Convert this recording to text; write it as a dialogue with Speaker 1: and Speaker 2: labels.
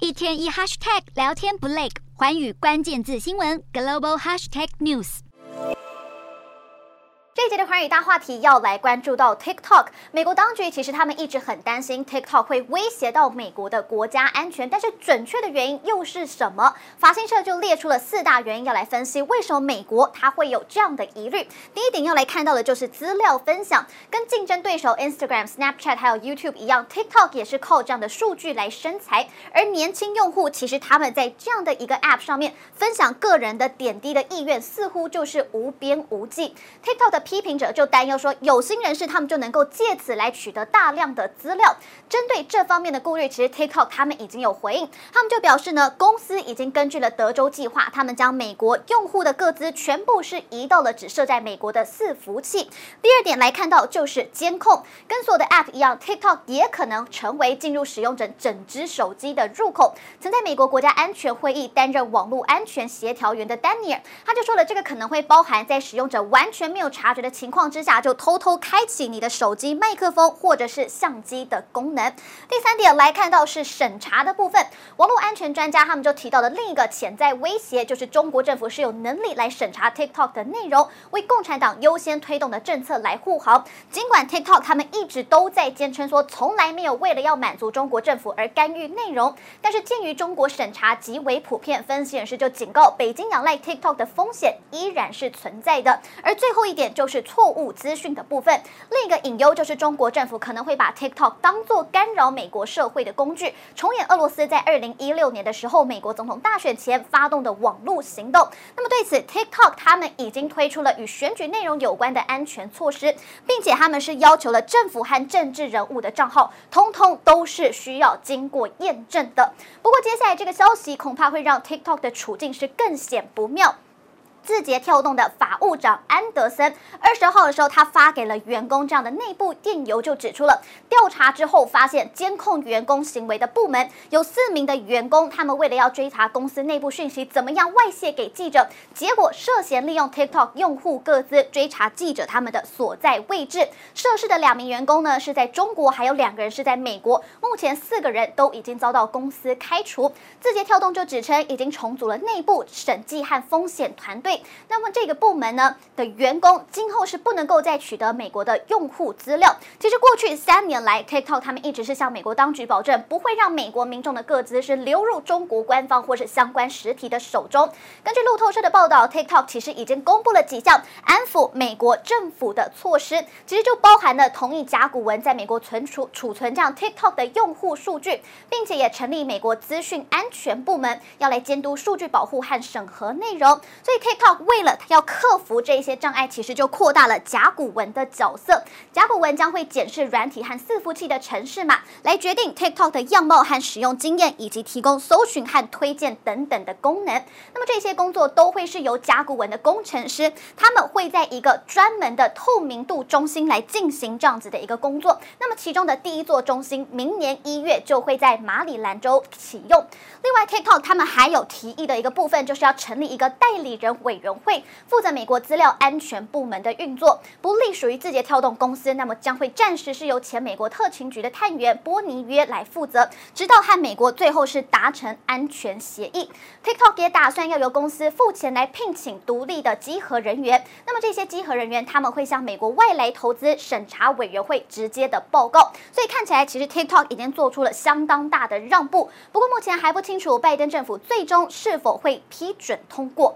Speaker 1: 一天一 hashtag 聊天不累，寰宇关键字新闻 global hashtag news。
Speaker 2: 这一节的寰宇大话题要来关注到 TikTok。美国当局其实他们一直很担心 TikTok 会威胁到美国的国家安全，但是准确的原因又是什么？法新社就列出了4大原因要来分析为什么美国它会有这样的疑虑。第一点要来看到的就是资料分享，跟竞争对手 Instagram、Snapchat 还有 YouTube 一样 ，TikTok 也是靠这样的数据来生财。而年轻用户其实他们在这样的一个 App 上面分享个人的点滴的意愿，似乎就是无边无际。TikTok 的批评者就担忧说，有心人士他们就能够借此来取得大量的资料。针对这方面的顾虑，其实 TikTok 他们已经有回应，他们就表示呢，公司已经根据了德州计划，他们将美国用户的个资全部是移到了只设在美国的伺服器。第二点来看到就是监控，跟所有的 App 一样 ，TikTok 也可能成为进入使用者整只手机的入口。曾在美国国家安全会议担任网络安全协调员的丹尼尔，他就说了，这个可能会包含在使用者完全没有察觉的情况之下，就偷偷开启你的手机麦克风或者是相机的功能。第三点来看到是审查的部分，网络安全专家他们就提到了另一个潜在威胁，就是中国政府是有能力来审查 TikTok 的内容，为共产党优先推动的政策来护航。尽管 TikTok 他们一直都在坚称说，从来没有为了要满足中国政府而干预内容，但是鉴于中国审查极为普遍，分析人士就警告，北京仰赖 TikTok 的风险依然是存在的。而最后一点就是错误资讯的部分，另一个隐忧就是中国政府可能会把 TikTok 当作干扰美国社会的工具，重演俄罗斯在2016年的时候美国总统大选前发动的网络行动。那么对此 TikTok 他们已经推出了与选举内容有关的安全措施，并且他们是要求了政府和政治人物的账号通通都是需要经过验证的。不过接下来这个消息恐怕会让 TikTok 的处境是更显不妙。字节跳动的法务长安德森20号的时候，他发给了员工这样的内部电邮，就指出了调查之后发现，监控员工行为的部门有4名的员工，他们为了要追查公司内部讯息怎么样外泄给记者，结果涉嫌利用 TikTok 用户个资追查记者他们的所在位置。涉事的2名员工呢是在中国，还有2个人是在美国，目前4个人都已经遭到公司开除。字节跳动就指称已经重组了内部审计和风险团队。那么这个部门呢的员工今后是不能够再取得美国的用户资料。其实过去3年来 TikTok 他们一直是向美国当局保证，不会让美国民众的个资是流入中国官方或是相关实体的手中。根据路透社的报道， TikTok 其实已经公布了几项安抚美国政府的措施，其实就包含了同意甲骨文在美国储存这样 TikTok 的用户数据，并且也成立美国资讯安全部门，要来监督数据保护和审核内容。所以 TikTok为了要克服这些障碍，其实就扩大了甲骨文的角色。甲骨文将会检视软体和伺服器的程式码，来决定 TikTok 的样貌和使用经验，以及提供搜寻和推荐等等的功能。那么这些工作都会是由甲骨文的工程师，他们会在一个专门的透明度中心来进行这样子的一个工作。那么其中的第1座中心，明年1月就会在马里兰州启用。另外 TikTok 他们还有提议的一个部分，就是要成立一个代理人委员会，负责美国资料安全部门的运作，不隶属于字节跳动公司，那么将会暂时是由前美国特勤局的探员波尼约来负责，直到和美国最后是达成安全协议。TikTok 也打算要由公司付钱来聘请独立的稽核人员，那么这些稽核人员他们会向美国外来投资审查委员会直接的报告。所以看起来其实 TikTok 已经做出了相当大的让步，不过目前还不清楚拜登政府最终是否会批准通过。